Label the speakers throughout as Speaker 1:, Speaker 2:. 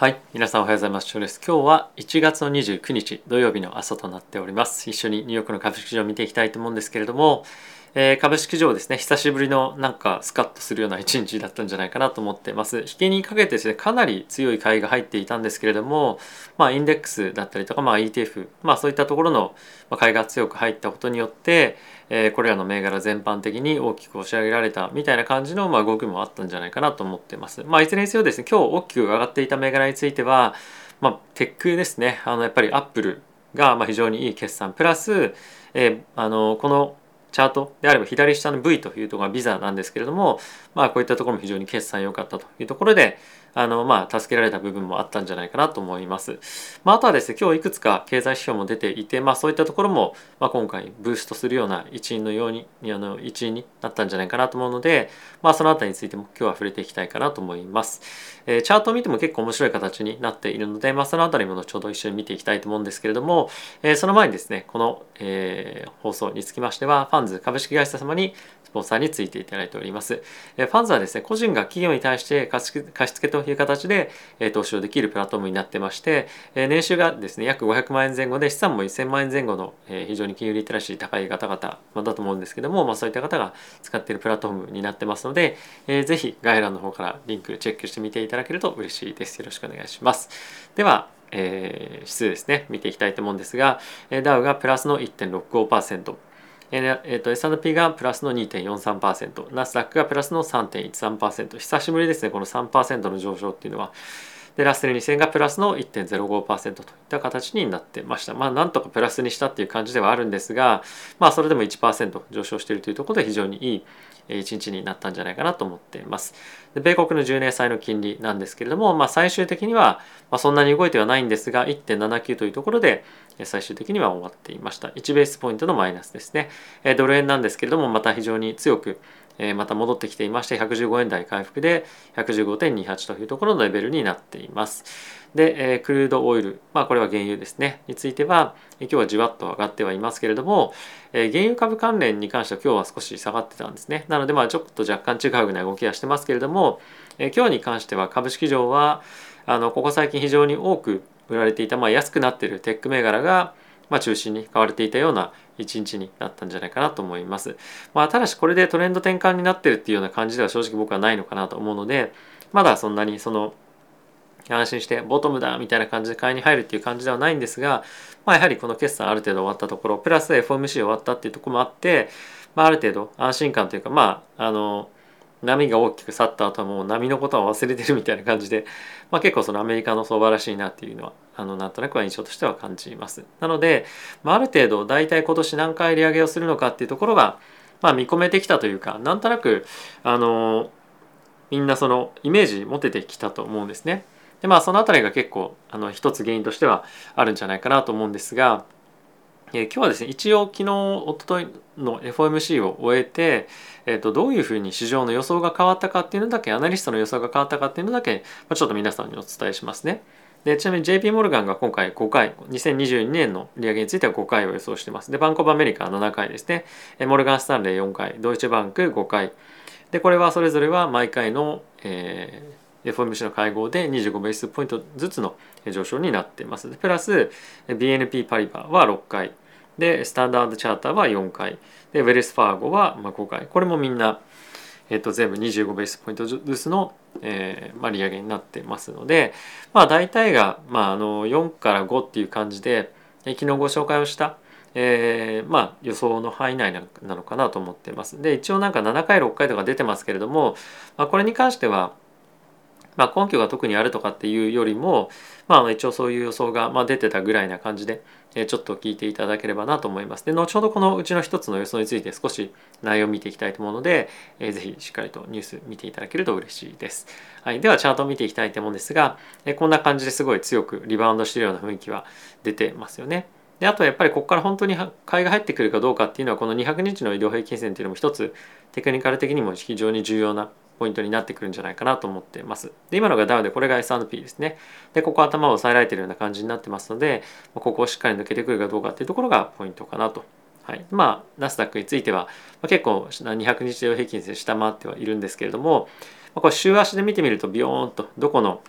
Speaker 1: はい、皆さんおはようございます。翔です。今日は1月の29日土曜日の朝となっております。一緒にニューヨークの株式市場を見ていきたいと思うんですけれども、株式市場ですね、久しぶりのなんかスカッとするような一日だったんじゃないかなと思っています。引けにかけてですね、かなり強い買いが入っていたんですけれども、インデックスだったりとか、ETF、そういったところの買いが強く入ったことによって、これらの銘柄全般的に大きく押し上げられたみたいな感じの動きもあったんじゃないかなと思っています。いずれにせよですね、今日大きく上がっていた銘柄については、テックですね、やっぱりアップルが非常にいい決算プラス、このチャートであれば左下の V というところがビザなんですけれども、こういったところも非常に決算良かったというところで、助けられた部分もあったんじゃないかなと思います。あとはですね、今日いくつか経済指標も出ていて、そういったところも、今回ブーストするような一因になったんじゃないかなと思うので、そのあたりについても今日は触れていきたいかなと思います。チャートを見ても結構面白い形になっているので、そのあたりも後ほど一緒に見ていきたいと思うんですけれども、その前にですね、この、放送につきましては、ファンズ株式会社様にスポンサーについていただいております。ファンズはですね、個人が企業に対して貸付という形で投資をできるプラットフォームになってまして、年収がですね、約500万円前後で資産も1000万円前後の非常に金融リテラシー高い方々だと思うんですけども、そういった方が使っているプラットフォームになってますので、ぜひ概要欄の方からリンクチェックしてみていただけると嬉しいです。よろしくお願いします。では、指数ですね、見ていきたいと思うんですが、ダウがプラスの 1.65%、S&P がプラスの 2.43%、ナスダックがプラスの 3.13%、久しぶりですね、この 3% の上昇っていうのは。で、ラッセル2000がプラスの 1.05% といった形になってました。なんとかプラスにしたっていう感じではあるんですが、それでも 1% 上昇しているというところで非常にいい一日になったんじゃないかなと思っています。で、米国の10年債の金利なんですけれども、最終的にはそんなに動いてはないんですが 1.79 というところで最終的には終わっていました。1ベースポイントのマイナスですね。ドル円なんですけれども、また非常に強くまた戻ってきていまして、115円台回復で 115.28 というところのレベルになっています。で、クルードオイル、これは原油ですね、については今日はじわっと上がってはいますけれども、原油株関連に関しては今日は少し下がってたんですね。なのでちょっと若干違うような動きはしてますけれども、今日に関しては株式上はここ最近非常に多く売られていた、安くなっているテック銘柄が中心に買われていたような一日になったんじゃないかなと思います。ただしこれでトレンド転換になってるっていうような感じでは正直僕はないのかなと思うので、まだそんなに安心してボトムだみたいな感じで買いに入るっていう感じではないんですが、やはりこの決算ある程度終わったところプラス FOMC 終わったっていうところもあって、ある程度安心感というか波が大きく去った後はもう波のことは忘れてるみたいな感じで、結構そのアメリカの相場らしいなっていうのはなんとなくは印象としては感じます。なので、ある程度大体今年何回利上げをするのかっていうところが、見込めてきたというか、なんとなくみんなそのイメージ持ててきたと思うんですね。でそのあたりが結構一つ原因としてはあるんじゃないかなと思うんですが、今日はですね、一応昨日一昨日の FOMC を終えて、どういうふうに市場の予想が変わったかっていうのだけ、アナリストの予想が変わったかっていうのだけ、ちょっと皆さんにお伝えしますね。でちなみに JP モルガンが今回5回、2022年の利上げについては5回を予想してます。で、バンコブアメリカは7回ですね。モルガンスタンレー4回、ドイツバンク5回。で、これはそれぞれは毎回の、FOMC の会合で25ベースポイントずつの上昇になっています。プラス BNP パリバは6回。でスタンダードチャーターは4回でウェルスファーゴは5回、これもみんな、全部25ベースポイントずつの、利上げになってますので、大体が、4から5っていう感じで、昨日ご紹介をした、予想の範囲内なのかなと思っています。で一応なんか7回6回とか出てますけれども、これに関しては根拠が特にあるとかっていうよりも、一応そういう予想が出てたぐらいな感じでちょっと聞いていただければなと思います。で後ほどこのうちの一つの予想について少し内容を見ていきたいと思うので、ぜひしっかりとニュース見ていただけると嬉しいです。はい、ではチャートを見ていきたいと思うんですが、こんな感じですごい強くリバウンドしているような雰囲気は出てますよね。であとやっぱりここから本当に買いが入ってくるかどうかっていうのは、この200日の移動平均線っていうのも一つテクニカル的にも非常に重要なポイントになってくるんじゃないかなと思っています。で今のがダウで、これが S&P ですね。でここ頭を押さえられているような感じになってますので、ここをしっかり抜けてくるかどうかっていうところがポイントかなと。はい、ナスダックについては結構200日移動平均線下回ってはいるんですけれども、これ週足で見てみるとビヨーンとどこの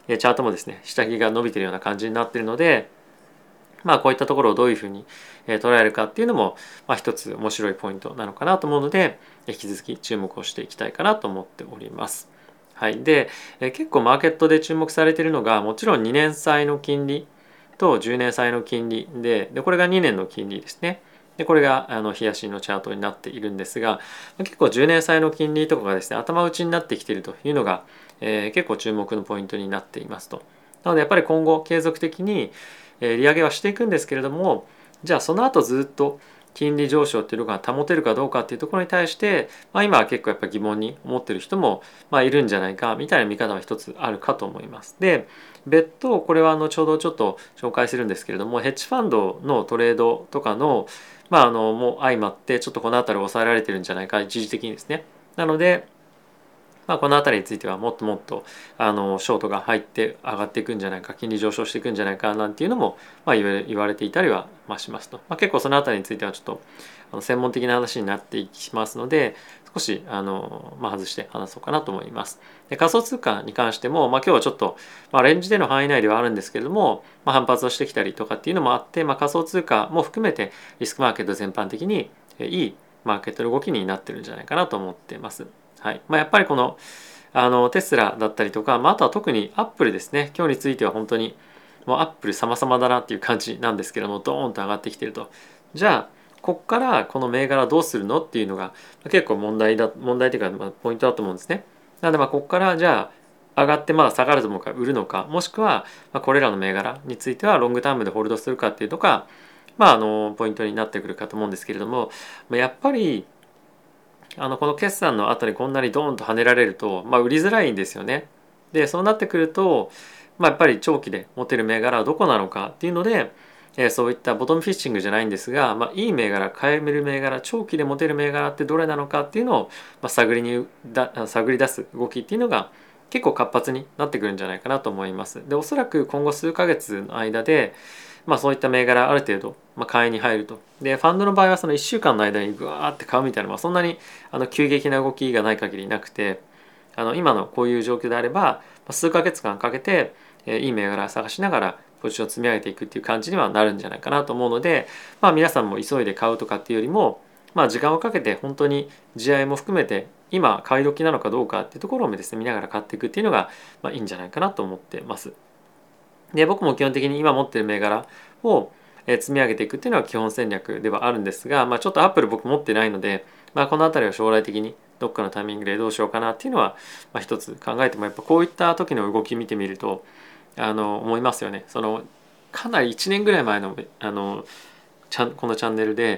Speaker 1: チャートもですね下着が伸びているような感じになっているので、こういったところをどういうふうに捉えるかっていうのも、一つ面白いポイントなのかなと思うので、引き続き注目をしていきたいかなと思っております。はい、で結構マーケットで注目されているのが、もちろん2年債の金利と10年債の金利で、これが2年の金利ですね。でこれが日足のチャートになっているんですが、結構10年債の金利とかがですね頭打ちになってきているというのが、結構注目のポイントになっていますと。なのでやっぱり今後継続的に利上げはしていくんですけれども、じゃあその後ずっと金利上昇っていうのが保てるかどうかっていうところに対して、今は結構やっぱ疑問に思ってる人もいるんじゃないかみたいな見方は一つあるかと思います。で別途これは後ほどちょっと紹介するんですけれども、ヘッジファンドのトレードとかのもう相まってちょっとこの辺り抑えられてるんじゃないか、一時的にですね。なのでこの辺りについてはもっともっとショートが入って上がっていくんじゃないか、金利上昇していくんじゃないかなんていうのも言われていたりはしますと、結構その辺りについてはちょっと専門的な話になっていきますので、少し外して話そうかなと思います。で仮想通貨に関しても、今日はちょっと、レンジでの範囲内ではあるんですけれども、反発をしてきたりとかっていうのもあって、仮想通貨も含めてリスクマーケット全般的にいいマーケットの動きになってるんじゃないかなと思っています。はい、やっぱりこのテスラだったりとか、あとは特にアップルですね。今日については本当にもうアップル様々だなっていう感じなんですけども、ドーンと上がってきてると。じゃあこっからこの銘柄どうするのっていうのが結構問題というか、ポイントだと思うんですね。なのでこっからじゃあ上がってまだ下がると思うから売るのか、もしくはこれらの銘柄についてはロングタームでホールドするかっていうとか、ポイントになってくるかと思うんですけれども、やっぱりこの決算の後にこんなにドーンと跳ねられると、売りづらいんですよね。でそうなってくると、やっぱり長期で持てる銘柄はどこなのかっていうので、そういったボトムフィッシングじゃないんですが、いい銘柄、買える銘柄、長期で持てる銘柄ってどれなのかっていうのを、探り出す動きっていうのが結構活発になってくるんじゃないかなと思います。でおそらく今後数ヶ月の間でそういった銘柄ある程度、買いに入ると。でファンドの場合はその1週間の間にグワーって買うみたいな、そんなに急激な動きがない限りなくて、今のこういう状況であれば数ヶ月間かけていい銘柄を探しながらポジションを積み上げていくっていう感じにはなるんじゃないかなと思うので、皆さんも急いで買うとかっていうよりも、時間をかけて本当に地合いも含めて今買い時なのかどうかっていうところをですね見ながら買っていくっていうのがいいんじゃないかなと思ってます。で僕も基本的に今持ってる銘柄を積み上げていくっていうのは基本戦略ではあるんですが、ちょっとアップル僕持ってないので、この辺りは将来的にどっかのタイミングでどうしようかなっていうのは、一つ考えてもやっぱこういった時の動き見てみると思いますよね。かなり1年ぐらい前のこのチャンネルで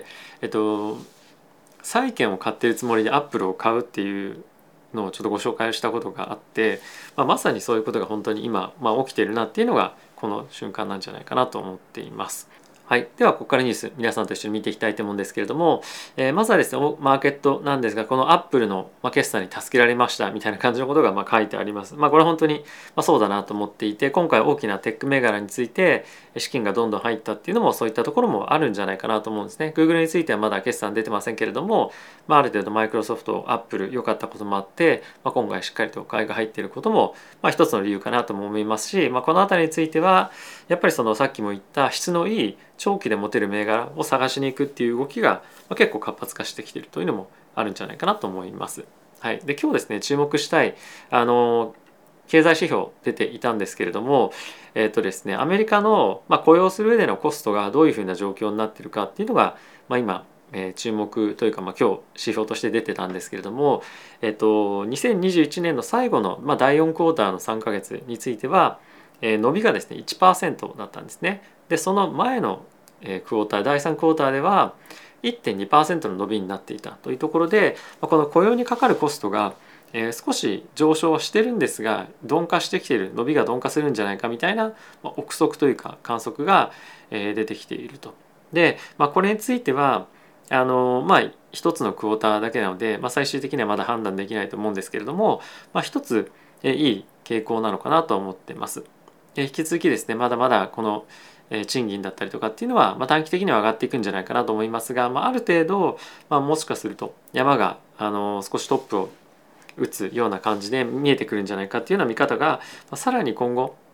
Speaker 1: 債券を買ってるつもりでアップルを買うっていうのをちょっとご紹介したことがあって、まさにそういうことが本当に今、起きているなっていうのがこの瞬間なんじゃないかなと思っています。はい、ではここからニュース皆さんと一緒に見ていきたいと思うんですけれども、まずはですねマーケットなんですが、このアップルの決算に助けられましたみたいな感じのことが書いてあります。これは本当にそうだなと思っていて、今回大きなテック銘柄について資金がどんどん入ったっていうのもそういったところもあるんじゃないかなと思うんですね。Google についてはまだ決算出てませんけれども、ある程度マイクロソフト、アップル良かったこともあって、今回しっかりと買いが入っていることも一つの理由かなとも思いますし、この辺りについてはやっぱりさっきも言った質のいい長期で持てる銘柄を探しに行くっていう動きが結構活発化してきているというのもあるんじゃないかなと思います。はい、で今日ですね注目したい経済指標出ていたんですけれども、ですねアメリカの雇用する上でのコストがどういうふうな状況になっているかっていうのが今注目というか今日指標として出てたんですけれども、2021年の最後の第4クォーターの3ヶ月については伸びがですね 1% だったんですね。でその前のクォーター第3クォーターでは 1.2% の伸びになっていたというところで、この雇用にかかるコストが少し上昇してるんですが鈍化してきている、伸びが鈍化するんじゃないかみたいな憶測というか観測が出てきていると。で、これについては一つのクォーターだけなので、最終的にはまだ判断できないと思うんですけれども、一ついい傾向なのかなと思っています。引き続きですねまだまだこの賃金だったりとかっていうのは、短期的には上がっていくんじゃないかなと思いますが、ある程度、もしかすると山が少しトップを打つような感じで見えてくるんじゃないかっていうような見方が、さらに今後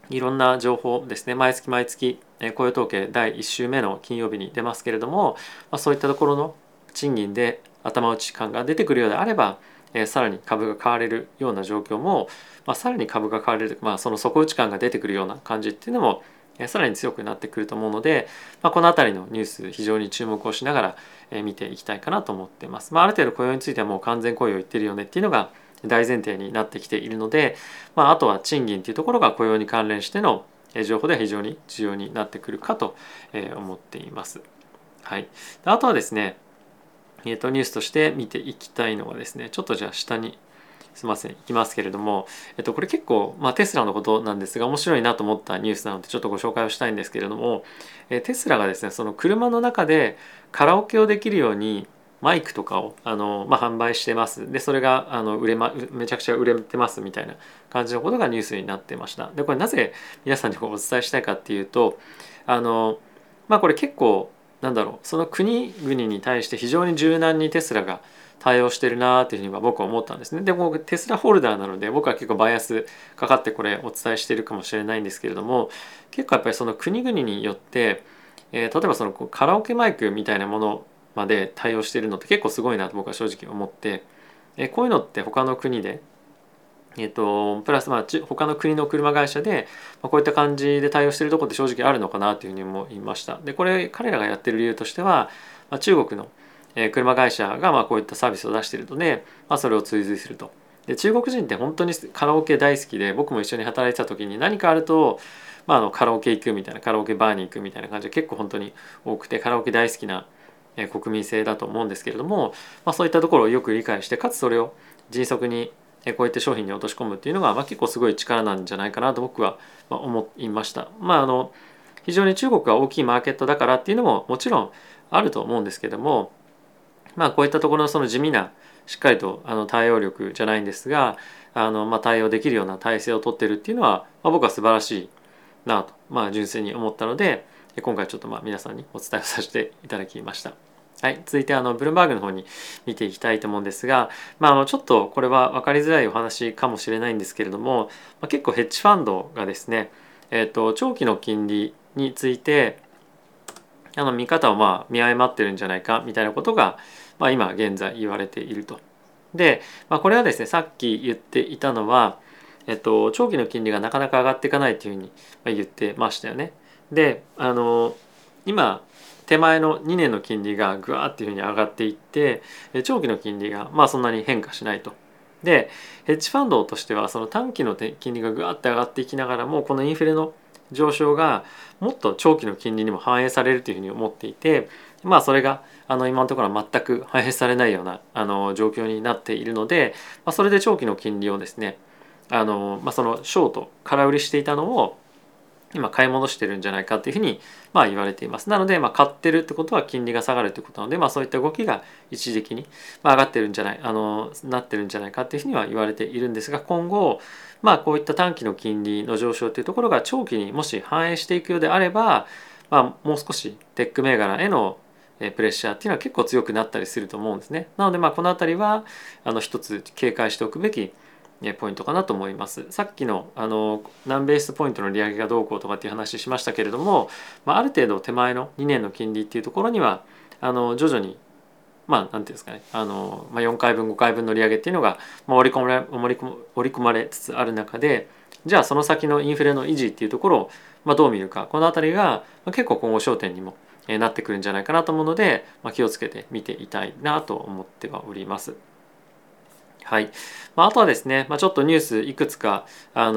Speaker 1: いろんな情報ですね、毎月毎月雇用統計第1週目の金曜日に出ますけれども、そういったところの賃金で頭打ち感が出てくるようであれば、さらに株が買われるような状況も、さらに株が買われる、その底打ち感が出てくるような感じっていうのもさらに強くなってくると思うので、この辺りのニュース非常に注目をしながら見ていきたいかなと思っています。ある程度雇用についてはもう完全雇用いってるよねっていうのが大前提になってきているので、あとは賃金っていうところが雇用に関連しての情報では非常に重要になってくるかと思っています。はい、あとはですね、ニュースとして見ていきたいのはですね、ちょっとじゃあ下にすみませんいきますけれども、これ結構、テスラのことなんですが面白いなと思ったニュースなのでちょっとご紹介をしたいんですけれども、テスラがですねその車の中でカラオケをできるようにマイクとかを販売してます。でそれがめちゃくちゃ売れてますみたいな感じのことがニュースになってました。でこれなぜ皆さんにお伝えしたいかっていうとこれ結構その国々に対して非常に柔軟にテスラが対応してるなっていうふうには僕は思ったんですね。でもテスラホルダーなので僕は結構バイアスかかってこれお伝えしているかもしれないんですけれども、結構やっぱりその国々によって、例えばそのカラオケマイクみたいなものまで対応しているのって結構すごいなと僕は正直思って、こういうのって他の国でプラス他の国の車会社でこういった感じで対応しているところって正直あるのかなというふうに思いました。でこれ彼らがやってる理由としては、中国の車会社がこういったサービスを出しているので、それを追随すると。で中国人って本当にカラオケ大好きで、僕も一緒に働いてた時に何かあると、カラオケ行くみたいな、カラオケバーに行くみたいな感じで結構本当に多くて、カラオケ大好きな国民性だと思うんですけれども、そういったところをよく理解して、かつそれを迅速にこういった商品に落とし込むっていうのが、結構すごい力なんじゃないかなと僕は思いました。非常に中国が大きいマーケットだからっていうのももちろんあると思うんですけども、こういったところのその地味なしっかりと対応力じゃないんですが対応できるような体制を取っているっていうのは、僕は素晴らしいなと、純粋に思ったので今回ちょっと皆さんにお伝えをさせていただきました。はい、続いてブルームバーグの方に見ていきたいと思うんですが、ちょっとこれは分かりづらいお話かもしれないんですけれども、結構ヘッジファンドがですね、長期の金利について見方を見誤ってるんじゃないかみたいなことが、今現在言われていると。で、これはですねさっき言っていたのは、長期の金利がなかなか上がっていかないというふうに言ってましたよね。で今手前の2年の金利がぐわーっていうふうに上がっていって長期の金利がそんなに変化しないと。でヘッジファンドとしてはその短期の金利がぐわって上がっていきながらもこのインフレの上昇がもっと長期の金利にも反映されるというふうに思っていて、それが今のところは全く反映されないような状況になっているので、それで長期の金利をですねそのショート空売りしていたのを今買い戻してるんじゃないかっていうふうに言われています。なので買ってるってことは金利が下がるってことなので、そういった動きが一時的に上がってるんじゃないなってるんじゃないかっていうふうには言われているんですが、今後こういった短期の金利の上昇というところが長期にもし反映していくようであれば、もう少しテック銘柄へのプレッシャーっていうのは結構強くなったりすると思うんですね。なのでこの辺りは一つ警戒しておくべきポイントかなと思います。さっきの何ベースポイントの利上げがどうこうとかっていう話しましたけれども、ある程度手前の2年の金利っていうところには徐々になんていうんですかね4回分5回分の利上げっていうのが織り込まれつつある中で、じゃあその先のインフレの維持っていうところをどう見るか、この辺りが結構今後焦点にもなってくるんじゃないかなと思うので、気をつけて見ていたいなと思ってはおります。はい。あとはですね、ちょっとニュースいくつか細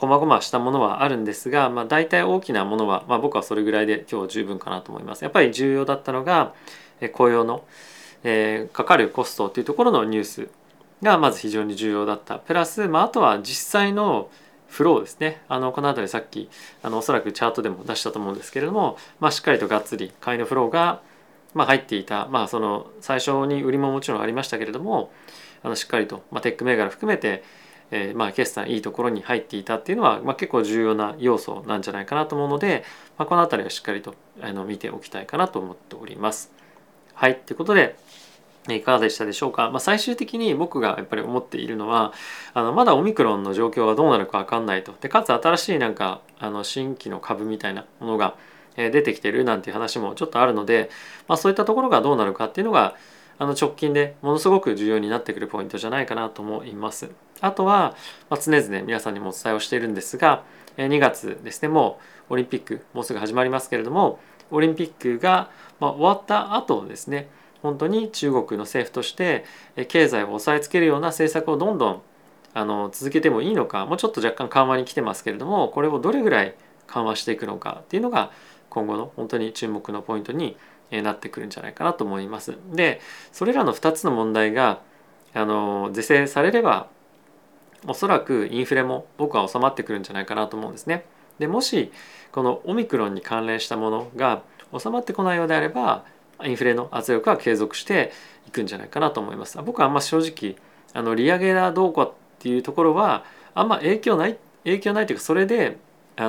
Speaker 1: 々したものはあるんですが、大体大きなものは、僕はそれぐらいで今日十分かなと思います。やっぱり重要だったのが雇用の、かかるコストというところのニュースがまず非常に重要だった。プラス、あとは実際のフローですね。この辺りさっきおそらくチャートでも出したと思うんですけれども、しっかりとがっつり買いのフローが入っていた。その最初に売りももちろんありましたけれども、しっかりと、テック銘柄含めて、決算いいところに入っていたっていうのは、結構重要な要素なんじゃないかなと思うので、この辺りはしっかりと見ておきたいかなと思っております。はい、ということでいかがでしたでしょうか。最終的に僕がやっぱり思っているのはまだオミクロンの状況がどうなるか分かんないと。でかつ新しいなんか新規の株みたいなものが出てきてるなんていう話もちょっとあるので、そういったところがどうなるかっていうのが直近でものすごく重要になってくるポイントじゃないかなと思います。あとは、常々皆さんにもお伝えをしているんですが2月ですね、もうオリンピックもうすぐ始まりますけれども、オリンピックが終わった後ですね、本当に中国の政府として経済を押さえつけるような政策をどんどん続けてもいいのか、もうちょっと若干緩和に来てますけれども、これをどれぐらい緩和していくのかっていうのが今後の本当に注目のポイントになってくるんじゃないかなと思います。でそれらの2つの問題が是正されればおそらくインフレも僕は収まってくるんじゃないかなと思うんですね。でもしこのオミクロンに関連したものが収まってこないようであればインフレの圧力は継続していくんじゃないかなと思います。僕はあんま正直利上げがどうかっていうところはあんま影響ないというか、それで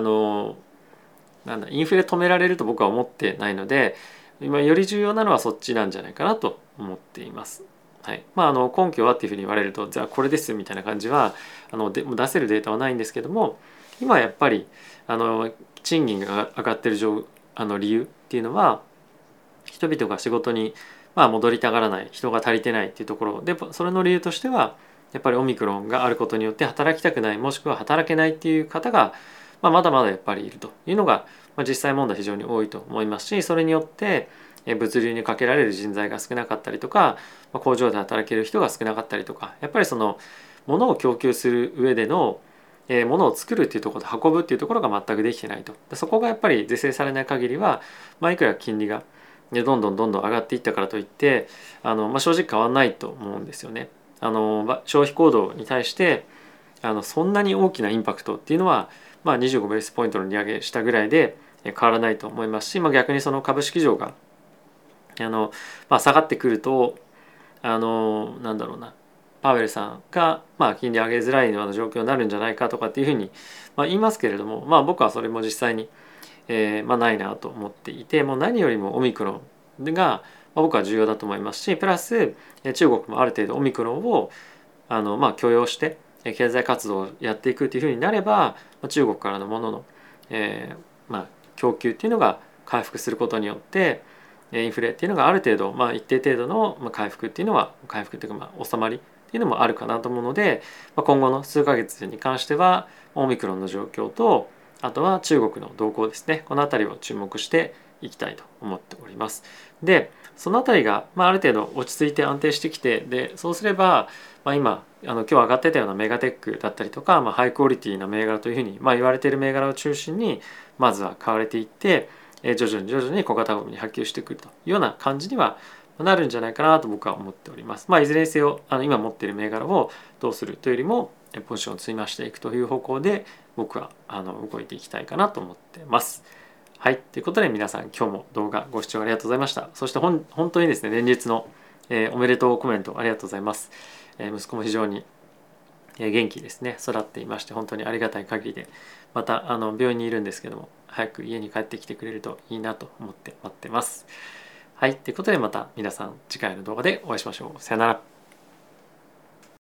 Speaker 1: インフレ止められると僕は思ってないので、今より重要なのはそっちなんじゃないかなと思っています。はい、根拠はっていうふうに言われるとじゃあこれですみたいな感じは出せるデータはないんですけども、今やっぱり賃金が上がってる理由っていうのは人々が仕事に戻りたがらない、人が足りてないっていうところで、それの理由としてはやっぱりオミクロンがあることによって働きたくない、もしくは働けないっていう方がまだまだやっぱりいるというのが実際問題非常に多いと思いますし、それによって物流にかけられる人材が少なかったりとか、工場で働ける人が少なかったりとか、やっぱりその物を供給する上での物を作るっていうところと運ぶっていうところが全くできてないと。そこがやっぱり是正されない限りは、いくら金利がどんどん上がっていったからといって正直変わらないと思うんですよね。消費行動に対してそんなに大きなインパクトっていうのは、25ベースポイントの利上げしたぐらいで変わらないと思いますし、逆にその株式市場が下がってくるとなんだろうな、パウエルさんが金利上げづらいような状況になるんじゃないかとかっていうふうに言いますけれども、僕はそれも実際にないなと思っていて、もう何よりもオミクロンが僕は重要だと思いますし、プラス中国もある程度オミクロンを許容して経済活動をやっていくというふうになれば、中国からのものの、供給っていうのが回復することによってインフレっていうのがある程度、一定程度の回復っていうのは回復っていうか収まりっていうのもあるかなと思うので、今後の数ヶ月に関してはオミクロンの状況とあとは中国の動向ですね、この辺りを注目していきたいと思っております。でその辺りが、ある程度落ち着いて安定してきて、でそうすれば、今今日上がってたようなメガテックだったりとか、ハイクオリティな銘柄というふうに、言われている銘柄を中心にまずは買われていって、徐々に小型株に波及してくるというような感じにはなるんじゃないかなと僕は思っております。いずれにせよ今持っている銘柄をどうするというよりもポジションを積み増していくという方向で僕は動いていきたいかなと思ってます。はい、ということで皆さん今日も動画ご視聴ありがとうございました。そして本当にですね、連日の、おめでとうコメントありがとうございます。息子も非常に元気ですね、育っていまして本当にありがたい限りで、また病院にいるんですけども早く家に帰ってきてくれるといいなと思って待ってます。はい、ということでまた皆さん次回の動画でお会いしましょう。さよなら。